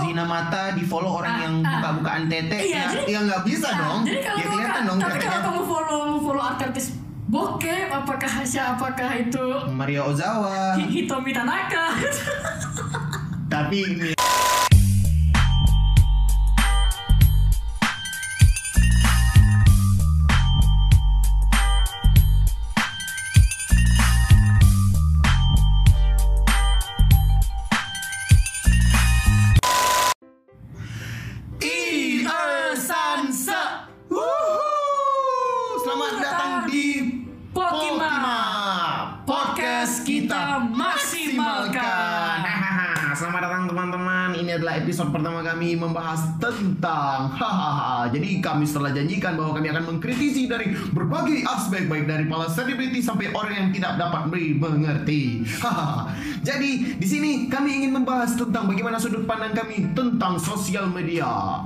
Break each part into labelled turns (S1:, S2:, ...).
S1: menghina mata, di follow orang yang buka-bukaan tete.
S2: Iya,
S1: ya nggak bisa dong.
S2: Jadi kalau
S1: ya kelihatan dong.
S2: Tapi kalau kamu follow artis bokep, apakah itu
S1: Maria Ozawa,
S2: Hitomi Tanaka?
S1: Tapi ini selamat datang di Pokimap Podcast kita maksimalkan. Selamat datang teman-teman. Ini adalah episode pertama kami membahas tentang Jadi kami setelah janjikan bahwa kami akan mengkritisi dari berbagai aspek, baik dari para selebriti sampai orang yang tidak dapat mengerti. Jadi di sini kami ingin membahas tentang bagaimana sudut pandang kami tentang sosial media.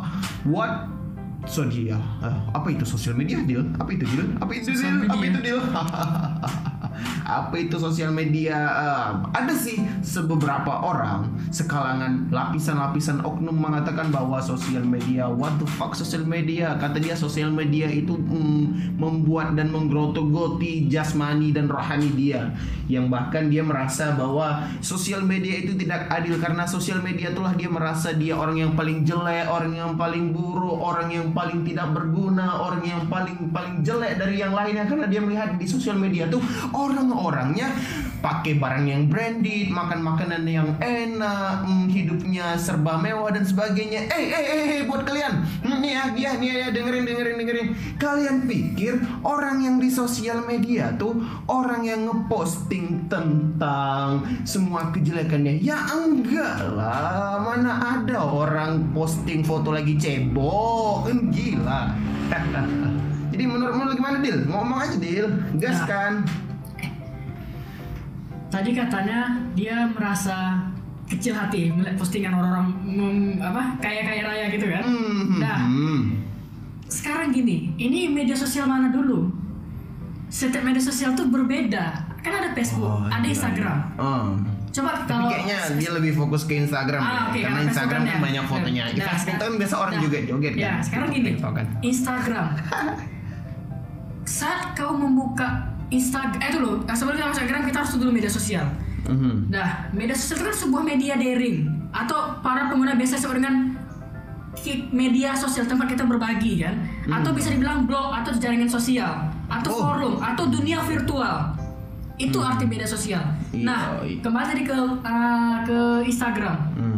S1: Apa itu sosial media, Dil? Apa itu, Dil? Apa itu, Dil? Apa itu sosial media? Ada sih beberapa orang sekalangan lapisan-lapisan oknum mengatakan bahwa sosial media, what the fuck sosial media? Kata dia sosial media itu membuat dan menggerogoti jasmani dan rohani dia. Yang bahkan dia merasa bahwa sosial media itu tidak adil karena sosial media itulah dia merasa dia orang yang paling jelek, orang yang paling buruk, orang yang paling tidak berguna, orang yang paling jelek dari yang lainnya karena dia melihat di sosial media tuh orang-orangnya pakai barang yang branded, makan makanan yang enak, hidupnya serba mewah dan sebagainya. Buat kalian, nih ya, dengerin. Kalian pikir orang yang di sosial media tuh orang yang ngeposting tentang semua kejelekannya? Ya enggak lah, mana ada orang posting foto lagi cebok, kan gila. Jadi menurut gimana, Dil? Ngomong aja, Dil. Gas kan.
S2: Tadi katanya dia merasa kecil hati melihat postingan orang-orang kaya raya gitu kan. Nah, sekarang gini, ini media sosial mana dulu? Setiap media sosial tuh berbeda. Kan ada Facebook, ada Instagram. Coba kalau
S1: kayaknya dia lebih fokus ke Instagram karena Instagram kan banyak fotonya. Di Facebook kan biasa orang juga joget kan.
S2: Ya, sekarang gini. Instagram. Saat kau membuka Instagram, sebelumnya Instagram kita harus dulu media sosial. Nah, media sosial itu kan sebuah media daring atau para pengguna biasa sebut dengan media sosial, tempat kita berbagi kan, atau bisa dibilang blog atau jaringan sosial atau forum atau dunia virtual. Itu arti media sosial. Nah, kembali tadi ke Instagram.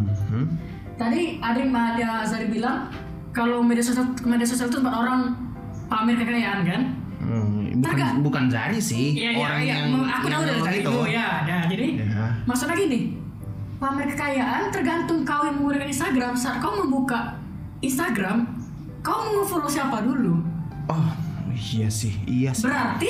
S2: Tadi ada yang Azari bilang kalau media sosial itu tempat orang pamer kekayaan kan?
S1: Bukan Zari sih, orang yang
S2: aku tahu dari Zari itu ya. Jadi maksudnya gini, pamer kekayaan tergantung kau yang menggunakan Instagram. Saat kau membuka Instagram, kau mau follow siapa dulu? Oh iya sih. Berarti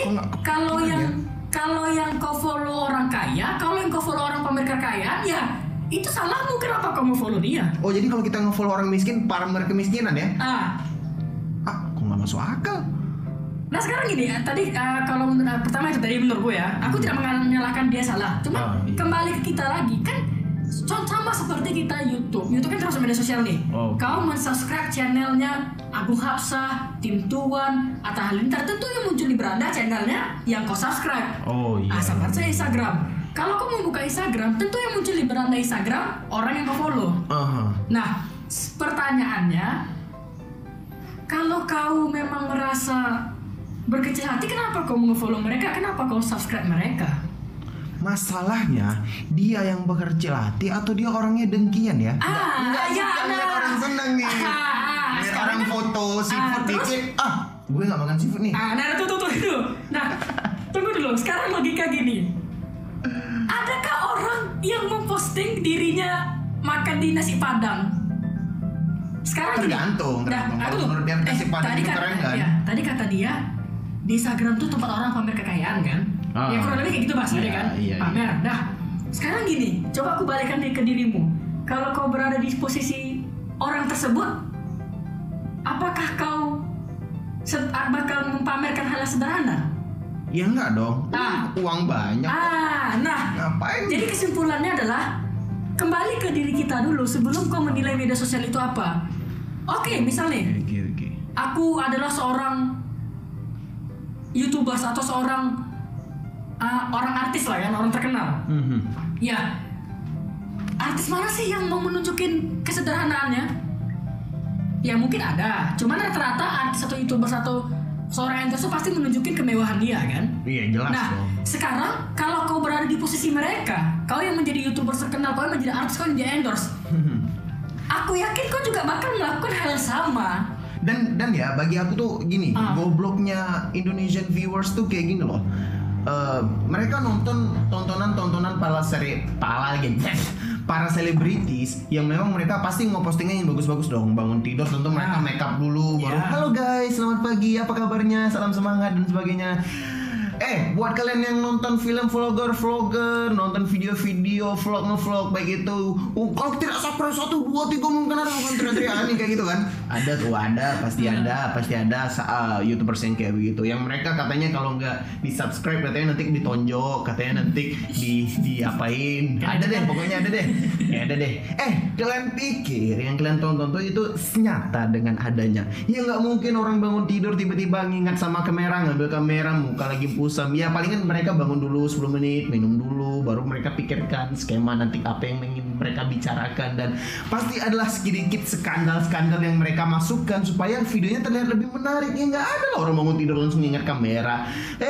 S2: kalau yang kau follow orang kaya, kalau yang kau follow orang pamer kekayaan, ya itu salahmu. Kenapa kau mau follow dia?
S1: Oh, jadi kalau kita nge-follow orang miskin, pamer kemiskinan ya? Kok nggak masuk akal?
S2: Nah sekarang gini, tadi kalau pertama itu tadi menurut gue ya, aku tidak menyalahkan dia salah. Cuma kembali ke kita lagi kan, sama seperti kita YouTube kan termasuk media sosial nih. Kau mensubscribe channelnya Agung Hapsah, Tim Tuan, Atta Halilintar, tentu yang muncul di beranda channelnya yang kau subscribe. Seperti Instagram. Kalau kau membuka Instagram, tentu yang muncul di beranda Instagram orang yang kau follow. Nah, pertanyaannya, kalau kau memang merasa berkecil hati, kenapa kau nge-follow mereka? Kenapa kau subscribe mereka?
S1: Masalahnya dia yang berkecil hati atau dia orangnya dengkian ya? Lihat orang senang nih. Lihat orang foto seafood dikit. Gue nggak makan seafood nih.
S2: Nah, tunggu dulu. Sekarang logika gini. Adakah orang yang memposting dirinya makan di nasi Padang? Sekarang
S1: tergantung. Kalau menurut dia nasi Padang itu keren kan?
S2: Tadi kata dia di Instagram tuh tempat orang pamer kekayaan kan? Ya kurang lebih kayak gitu bahasanya kan? Pamer. Nah, sekarang gini, coba aku balikkan ke dirimu. Kalau kau berada di posisi orang tersebut, apakah kau bakal mempamerkan hal yang sederhana?
S1: Ya enggak dong. Uang banyak.
S2: Nah,
S1: ngapain?
S2: Jadi kesimpulannya adalah kembali ke diri kita dulu sebelum kau menilai media sosial itu apa. Oke, misalnya aku adalah seorang YouTuber atau seorang orang artis lah ya, orang terkenal. Ya, artis mana sih yang mau menunjukin kesederhanaannya? Ya mungkin ada, cuman rata-rata artis atau YouTuber atau seorang endorser pasti menunjukin kemewahan dia kan?
S1: Iya jelas.
S2: Nah dong. Sekarang kalau kau berada di posisi mereka, kau yang menjadi YouTuber terkenal, kau yang menjadi artis, kau yang menjadi endorse, aku yakin kau juga bakal melakukan hal yang sama.
S1: Dan ya bagi aku tuh gini, gobloknya Indonesian viewers tuh kayak gini loh. Mereka nonton tontonan para selebritis yang memang mereka pasti ngepostingnya yang bagus-bagus dong. Bangun tidur tentu mereka make up dulu baru halo guys, selamat pagi, apa kabarnya, salam semangat dan sebagainya. Buat kalian yang nonton film vlogger, nonton video-video vlog baik itu, kalau tidak sampai 1, 2, 3 mungkin ada teriak-teriakan kayak gitu kan. Pasti ada YouTubers yang kayak begitu. Yang mereka katanya kalau nggak di-subscribe katanya nanti ditonjok, katanya nanti diapain. Ada deh. Kalian pikir yang kalian tonton tuh itu nyata dengan adanya? Ya nggak mungkin orang bangun tidur tiba-tiba ngingat sama kamera, ngambil kamera, muka lagi pusam. Ya palingan mereka bangun dulu 10 menit, minum dulu, baru mereka pikirkan skema nanti apa yang ingin mereka bicarakan. Dan pasti adalah sedikit skandal-skandal yang mereka masukkan supaya videonya terlihat lebih menarik. Ya nggak ada lah orang bangun tidur langsung ingat kamera.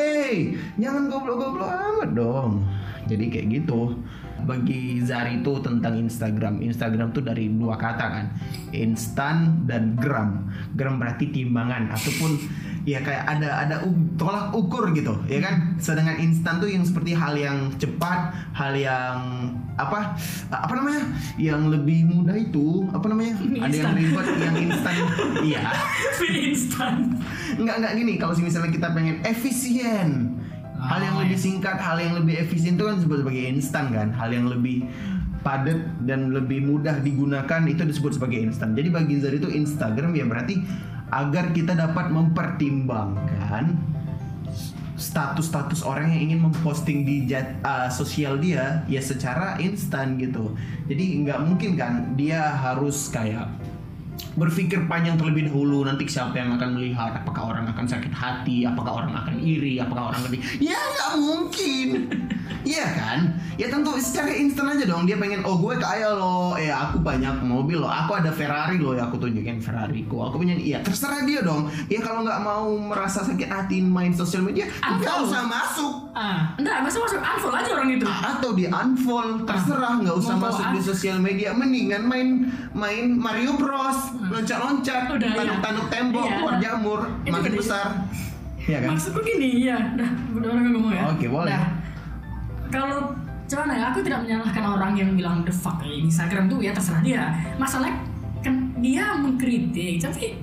S1: Jangan goblok-goblok amat dong. Jadi kayak gitu. Bagi Zari itu tentang Instagram tuh dari 2 kata kan, instan dan gram. Gram berarti timbangan ataupun ya kayak ada tolak ukur gitu ya kan. Sedangkan instan tuh yang seperti hal yang cepat, hal yang apa namanya, yang lebih mudah itu apa namanya, ada yang ribet, yang instan. Iya
S2: instan
S1: nggak gini, kalau misalnya kita pengen efisien, hal yang lebih singkat, hal yang lebih efisien itu kan disebut sebagai instan kan. Hal yang lebih padat dan lebih mudah digunakan itu disebut sebagai instan. Jadi bagi Zari itu Instagram ya berarti agar kita dapat mempertimbangkan status-status orang yang ingin memposting di sosial dia ya secara instan gitu. Jadi nggak mungkin kan dia harus kayak berpikir panjang terlebih dahulu, nanti siapa yang akan melihat, apakah orang akan sakit hati, apakah orang akan iri, apakah orang lebih, ya nggak mungkin. Iya kan? Ya tentu secara instan aja dong. Dia pengen, gue kaya loh, aku banyak mobil loh, aku ada Ferrari loh, ya aku tunjukin Ferrariku, aku punya. Iya terserah dia dong. Ya kalau nggak mau merasa sakit hati main sosial media, nggak usah masuk.
S2: Nggak masuk, unfollow aja orang itu.
S1: Atau di unfollow, terserah, nggak usah masuk di sosial media. Mendingan main Mario Bros, loncat-loncat, tanduk tembok, keluar jamur, makin besar. Iya kan?
S2: Maksudku gini, ya, udah orang ngomong ya.
S1: Oke, boleh.
S2: Kalau cuman ya, aku tidak menyalahkan orang yang bilang the fuck Instagram tuh ya terserah dia. Masalah kan dia mengkritik, tapi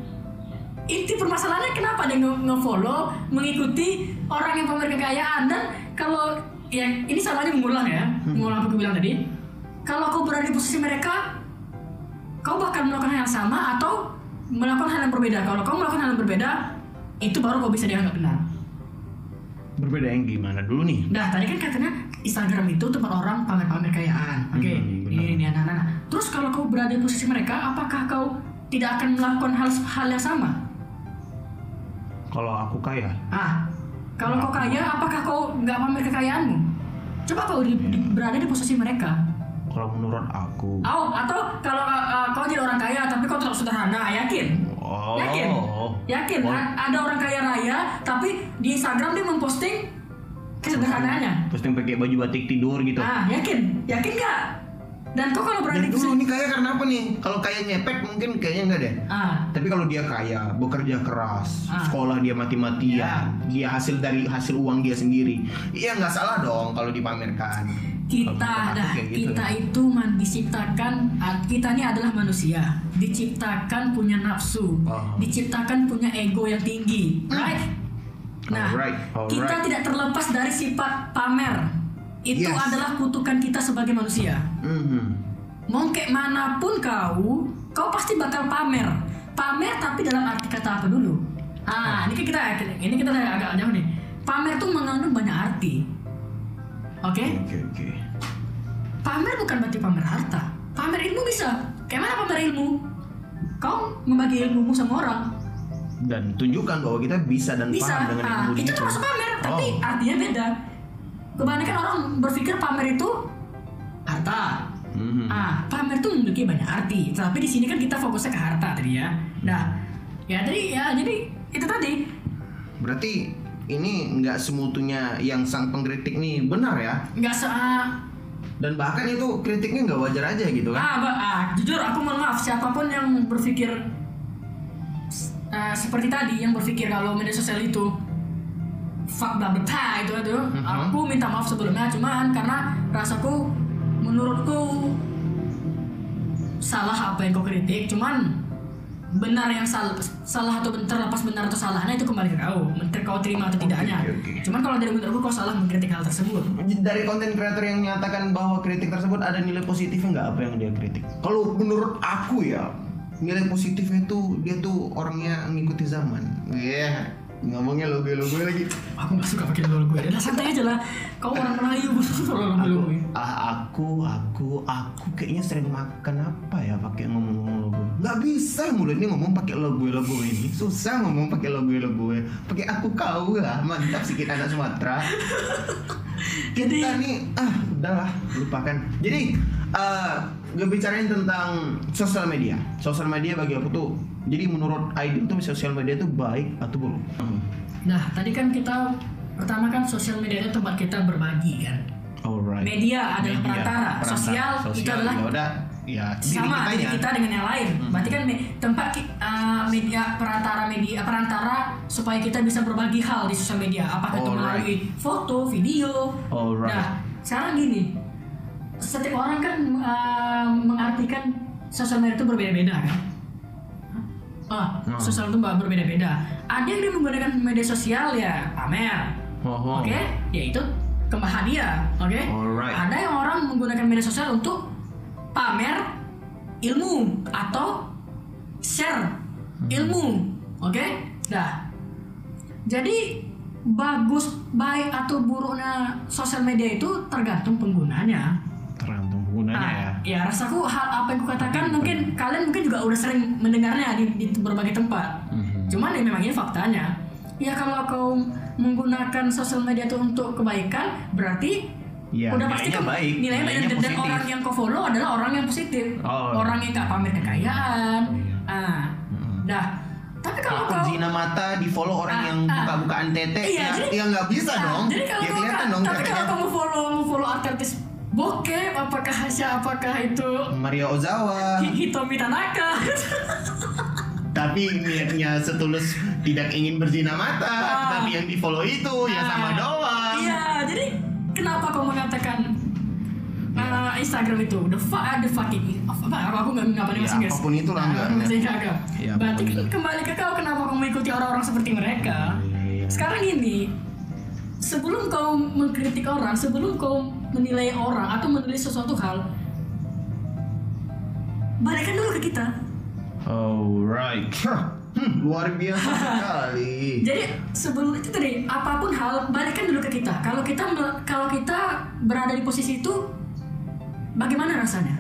S2: inti permasalahannya kenapa dia nge-follow, mengikuti orang yang pamer kekayaan. Dan kalau ya ini sama aja mengulang apa aku bilang tadi. Kalau kau berada di posisi mereka, kau bakal melakukan hal yang sama atau melakukan hal yang berbeda. Kalau kau melakukan hal yang berbeda, itu baru kau bisa dianggap benar.
S1: Berbeda yang gimana dulu nih?
S2: Nah tadi kan katanya Instagram itu tempat orang pamer-pamer kekayaan. Oke, ini anak-anak. Terus kalau kau berada di posisi mereka, apakah kau tidak akan melakukan hal yang sama?
S1: Kalau aku kaya?
S2: Kalau kau kaya, apakah kau nggak pamer kekayaanmu? Coba kau berada di posisi mereka.
S1: Kalau menurut aku.
S2: Atau kalau kau jadi orang kaya tapi kau tetap sederhana, yakin? Yakin? Ada orang kaya raya tapi di Instagram dia memposting kesederhanaannya.
S1: Posting pakai baju batik tidur gitu.
S2: Yakin nggak? Dan kau kalau berada di
S1: dulu ini kaya karena apa nih? Kalau kaya ngepek mungkin kayaknya enggak deh. Tapi kalau dia kaya, bekerja keras, sekolah dia mati-matian, dia hasil uang dia sendiri. Iya nggak salah dong kalau dipamerkan.
S2: Kita itu diciptakan, kita ini adalah manusia, diciptakan punya nafsu, diciptakan punya ego yang tinggi, right? Nah, kita tidak terlepas dari sifat pamer. Itu adalah kutukan kita sebagai manusia. Mau kayak manapun kau pasti bakal pamer. Pamer tapi dalam arti kata apa dulu? Ini kita agak jauh nih. Pamer tuh mengandung banyak arti. Oke. pamer bukan berarti pamer harta. Pamer ilmu bisa. Kayak mana pamer ilmu? Kau membagi ilmumu sama orang
S1: dan tunjukkan bahwa kita bisa dan paham dengan ilmu
S2: itu termasuk pamer, tapi artinya beda. Kebanyakan orang berpikir pamer itu harta. Pamer itu memiliki banyak arti. Tapi di sini kan kita fokusnya ke harta tadi ya. Nah, jadi itu tadi.
S1: Berarti ini nggak semutunya yang sang pengkritik nih benar ya?
S2: Nggak
S1: dan bahkan itu kritiknya nggak wajar aja gitu kan?
S2: Jujur aku mohon maaf siapapun yang berpikir seperti tadi, yang berpikir kalau media sosial itu fuck blah blah itu aku minta maaf sebelumnya, cuman karena rasaku, menurutku salah apa yang kau kritik, cuman benar yang salah atau terlepas benar atau salahnya itu kembali ke kau terima atau tidaknya. Cuman kalau dari menurutku kau salah mengkritik hal tersebut.
S1: Dari konten kreator yang menyatakan bahwa kritik tersebut ada nilai positifnya nggak apa yang dia kritik? Kalau menurut aku ya nilai positifnya itu dia tuh orangnya ngikuti zaman. Ngomongnya logo lagi.
S2: Aku nggak suka pakai logo. Udah santai aja lah. Kau orang Melayu kalau logo.
S1: Aku kayaknya sering makan apa ya pakai ngomong logo. Nggak bisa mulai ini ngomong pakai logo ini. Susah ngomong pakai logo. Pakai aku kau lah. Mantap sih kita anak Sumatera. Kita nih udahlah lupakan. Jadi gue bicarain tentang sosial media. Sosial media bagi aku tuh, jadi menurut Aidil tuh sosial media tuh baik atau buruk?
S2: Nah, tadi kan kita pertama kan sosial media itu tempat kita berbagi kan.
S1: Alright.
S2: Media adalah perantara. Sosial itu adalah sama diri kita dengan yang lain. Berarti kan tempat media perantara supaya kita bisa berbagi hal di sosial media. Apakah itu melalui foto, video. Nah, sekarang gini. Setiap orang kan mengartikan sosial media itu berbeda-beda kan? Sosial itu berbeda-beda. Ada yang menggunakan media sosial ya pamer, oke? Yaitu hadiah, oke? Ada yang orang menggunakan media sosial untuk pamer ilmu atau share ilmu, oke? Nah, jadi baik atau buruknya sosial media itu tergantung penggunanya. Ya rasaku hal apa yang kukatakan mungkin kalian juga udah sering mendengarnya di berbagai tempat. Cuman ya memang ini faktanya. Ya kalau kau menggunakan sosial media itu untuk kebaikan, berarti udah pasti nilainya baik dan orang yang kau follow adalah orang yang positif, orang yang gak pamer kekayaan. Tapi kalau kau
S1: zina mata di follow orang yang buka-bukaan tete, ya nggak bisa dong.
S2: Jadi kalau kamu follow artis bokep, apakah itu
S1: Maria Ozawa,
S2: Hitomi Tanaka
S1: tapi niatnya setulus tidak ingin berzina mata, tapi yang di follow itu ya sama doang.
S2: Iya, jadi kenapa kau mengatakan Instagram itu the fucking aku nggak ngapain bahasa Inggris,
S1: apapun itulah
S2: enggak. Berarti kembali ke kau, kenapa kau mengikuti orang-orang seperti mereka? Sekarang ini, sebelum kau mengkritik orang, sebelum kau menilai orang atau menilai sesuatu hal, balikkan dulu ke kita.
S1: Luar biasa sekali.
S2: Jadi sebelum itu tadi, apapun hal, balikkan dulu ke kita. Kalau kita berada di posisi itu, bagaimana rasanya?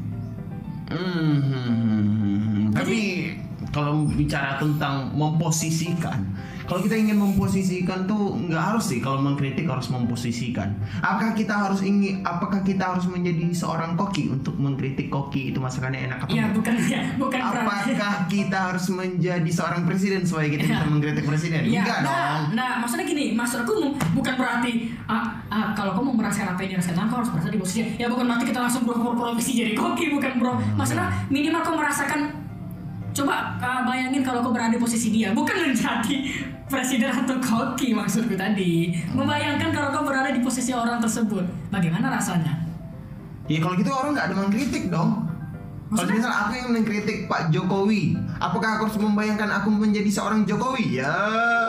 S1: Tapi kalau bicara tentang memposisikan, kalau kita ingin memposisikan tuh nggak harus sih. Kalau mengkritik harus memposisikan. Apakah kita harus menjadi seorang koki untuk mengkritik koki itu masakannya enak atau
S2: bukan.
S1: Apakah kita harus menjadi seorang presiden supaya kita bisa mengkritik presiden? Enggak dong.
S2: Nah, maksudnya gini, maksudku bukan berarti kalau kamu merasakan apa yang dirasakan, kau harus berada di posisi. Ya bukan berarti kita langsung berprofesi jadi koki, bukan bro. Maksudnya minimal kau merasakan. Coba bayangin kalau kau berada di posisi dia, bukan menjadi presiden atau koki maksudku tadi. Membayangkan kalau kau berada di posisi orang tersebut, bagaimana rasanya?
S1: Ya kalau gitu orang nggak ada mengkritik dong. Kalau misal aku yang mengkritik Pak Jokowi, apakah aku harus membayangkan aku menjadi seorang Jokowi? Ya.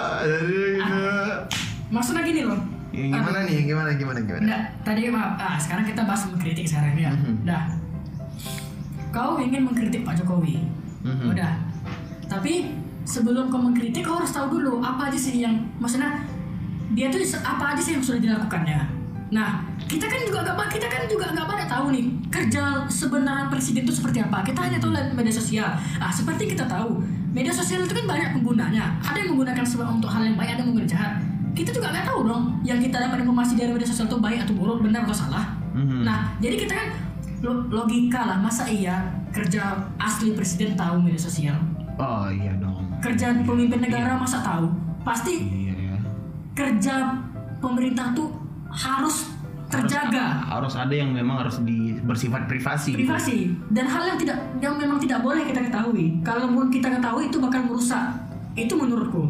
S2: Maksudnya gini loh.
S1: Ya, gimana?
S2: Nah, tadi maaf. Sekarang kita bahas mengkritik sekarang ya. Dah. Kau ingin mengkritik Pak Jokowi. Udah. Tapi sebelum kau mengkritik, kau harus tahu dulu apa aja sih yang, maksudnya dia tuh apa aja sih yang sudah dilakukannya. Nah, kita kan juga nggak pada tahu nih kerja sebenarnya presiden itu seperti apa. Kita hanya tahu lihat media sosial. Seperti kita tahu media sosial itu kan banyak penggunanya. Ada yang menggunakan untuk hal yang baik, ada yang menggunakan jahat. Kita juga nggak tahu dong yang kita dapat informasi dari media sosial itu baik atau buruk, benar atau salah. Nah, jadi kita kan logika lah, masa iya kerja asli presiden tahu media sosial?
S1: Oh iya dong.
S2: Kerja pemimpin negara masa tahu? Pasti.
S1: Iya.
S2: Kerja pemerintah tuh harus terjaga.
S1: Harus ada yang memang harus bersifat privasi.
S2: Privasi dan hal yang memang tidak boleh kita ketahui. Kalaupun kita ketahui itu bakal merusak. Itu menurutku.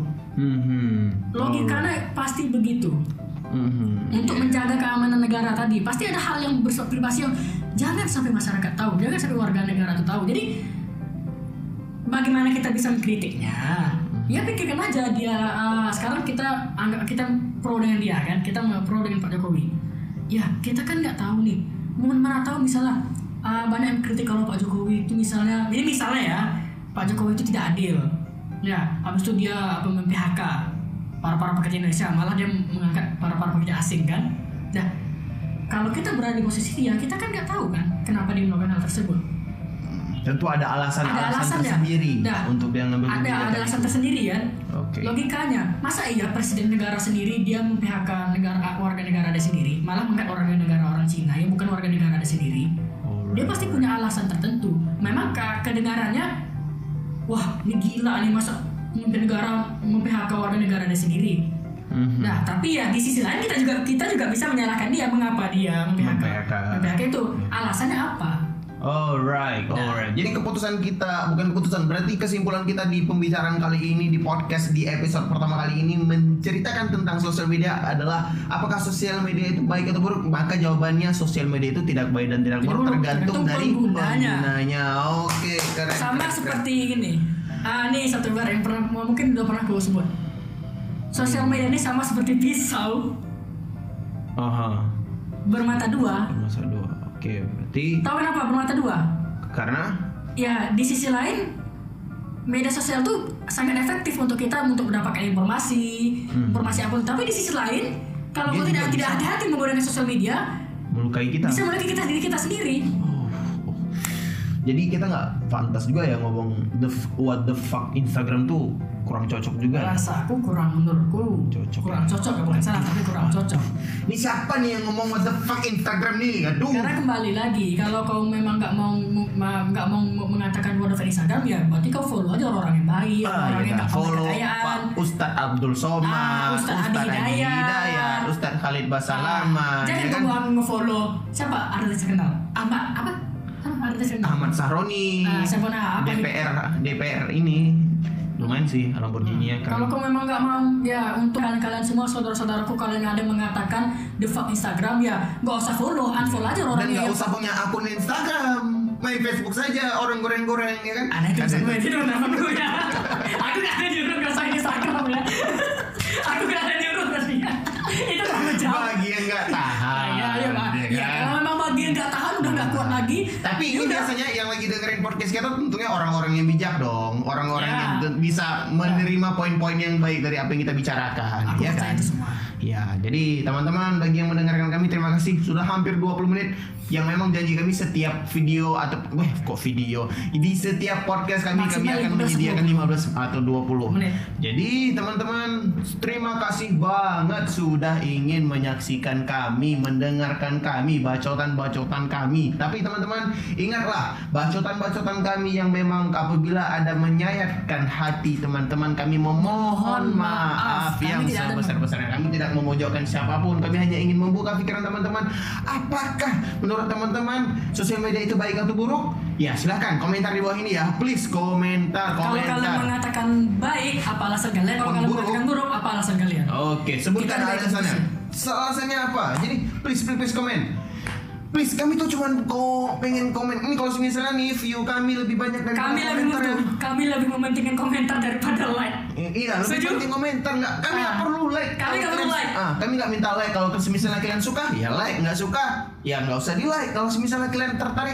S2: Logikanya pasti begitu. Untuk menjaga keamanan negara tadi pasti ada hal yang bersifat privasi yang jangan sampai masyarakat tahu, jangan sampai warga negara itu tahu. Jadi bagaimana kita bisa mengkritiknya? Ya pikirkan aja dia. Sekarang kita anggap kita pro dengan dia kan, kita pro dengan Pak Jokowi. Ya kita kan nggak tahu nih, mana tahu misalnya banyak yang kritik kalau Pak Jokowi itu misalnya ya Pak Jokowi itu tidak adil. Ya habis itu dia memphk para pekerja Indonesia, malah dia mengangkat para pekerja asing kan. Nah kalau kita berada di posisi dia, kita kan nggak tahu kan kenapa dia melakukan hal tersebut.
S1: Tentu ada alasan tersendiri untuk dia ngambil kebijakan.
S2: Ada alasan tersendiri kan.
S1: Okay.
S2: Logikanya, masa iya presiden negara sendiri dia memphk warga negara ada sendiri, malah mengangkat warga negara orang Cina yang bukan warga negara ada sendiri. Dia pasti punya alasan tertentu. Memang kedengarannya, wah ini gila nih masa pemimpin negara memphk warga negara ada sendiri. Nah tapi ya di sisi lain kita juga bisa menyalahkan dia mengapa dia memphk itu. Alasannya apa?
S1: Alright. Jadi berarti kesimpulan kita di pembicaraan kali ini di podcast di episode pertama kali ini menceritakan tentang sosial media adalah apakah sosial media itu baik atau buruk? Maka jawabannya sosial media itu tidak baik dan tidak buruk, tergantung dari penggunanya. Oke, keren.
S2: Sama seperti ini. Nih satu bar yang mungkin udah pernah gue sebut. Sosial media ini sama seperti pisau. Bermata dua. Oke, berarti tahu kenapa bermata dua?
S1: Karena
S2: ya di sisi lain media sosial tuh sangat efektif untuk kita untuk mendapatkan informasi apapun. Tapi di sisi lain kalau kita tidak hati-hati menggunakan sosial media,
S1: melukai kita.
S2: Bisa melukai diri kita sendiri.
S1: Jadi kita nggak pantas juga ya ngomong what the fuck Instagram tuh kurang cocok juga.
S2: Rasa aku menurutku kurang cocok ya, bukan salah tapi kurang cocok.
S1: Ini siapa nih yang ngomong what the fuck Instagram nih? Aduh.
S2: Karena kembali lagi kalau kau memang nggak mau mengatakan what the fuck Instagram ya berarti kau follow aja orang yang baik, orang yang nggak follow Pak
S1: Ustadz Abdul Somad,
S2: Ustadz Adi Hidayat,
S1: Ustadz Khalid Basalamah.
S2: Jangan kau nge-follow siapa artis terkenal?
S1: Ahmad Sahroni, DPR ini lumayan sih Lamborghini ya kan.
S2: Kalau kau memang nggak mau ya untuk kalian semua saudara-saudaraku kalian ada mengatakan the fuck Instagram ya nggak usah follow, unfollow aja orang.
S1: Dan nggak usah punya akun Instagram, main Facebook saja orang goreng-goreng ya kan.
S2: Aneh itu sama itu dong temanku ya. Aku nggak ada nyuruh nggak usah Instagram ya. Aku nggak ada nyuruh pastinya. Itu tanggung jawab.
S1: Bagi yang nggak tahan.
S2: Ya kalau memang bagi yang nggak tahan udah nggak kuat lagi.
S1: Tapi ini biasanya yang lagi dengerin podcast kita tentunya orang-orang yang bijak dong, orang-orang yang bisa menerima poin-poin yang baik dari apa yang kita bicarakan.
S2: Aku
S1: ya kan?
S2: Itu semua.
S1: Ya, jadi teman-teman bagi yang mendengarkan kami terima kasih sudah hampir 20 menit yang memang janji kami setiap video atau di setiap podcast kami akan menyediakan 15 atau 20 menit. Jadi teman-teman terima kasih banget sudah ingin menyaksikan kami, mendengarkan kami, bacotan-bacotan kami. Tapi teman-teman ingatlah bacotan-bacotan kami yang memang apabila ada menyayatkan hati teman-teman kami memohon maaf yang sebesar-besarnya. Kami tidak memojokkan siapapun, kami hanya ingin membuka pikiran teman-teman. Apakah menurut teman-teman sosial media itu baik atau buruk? Ya silahkan komentar di bawah ini ya, please komentar.
S2: Kalau kalian mengatakan baik, apa alasan kalian? Kalau kalian mengatakan buruk, apa alasan kalian?
S1: Oke, sebutkan alasannya. Alasannya apa? Jadi please komen. Please, kami tuh cuma pengen komen. Ini kalau misalnya nih view kami lebih banyak dari komentar.
S2: Kami lebih mementingkan komentar daripada like.
S1: Iya, lebih penting komentar nggak? Kami nggak perlu like.
S2: Kami nggak perlu like.
S1: Kami nggak minta like. Kalau misalnya kalian suka, ya like. Nggak suka, ya nggak usah di like. Kalau misalnya kalian tertarik,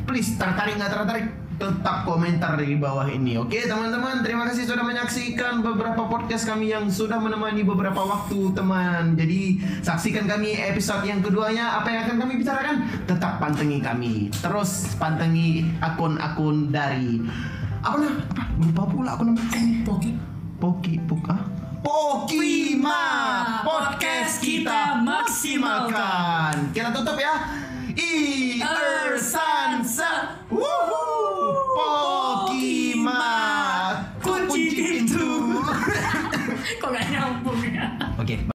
S1: please tertarik nggak tertarik tetap komentar di bawah ini. Oke teman-teman, terima kasih sudah menyaksikan beberapa podcast kami yang sudah menemani beberapa waktu teman. Jadi saksikan kami episode yang keduanya. Apa yang akan kami bicarakan? Tetap pantengin kami. Terus pantengin akun-akun dari apa? Lupa pula akun Pokima podcast kita maksimalkan. Kita tutup ya. Sansa Pokima kunci pintu.
S2: Kok gak nyambung ya?
S1: Oke.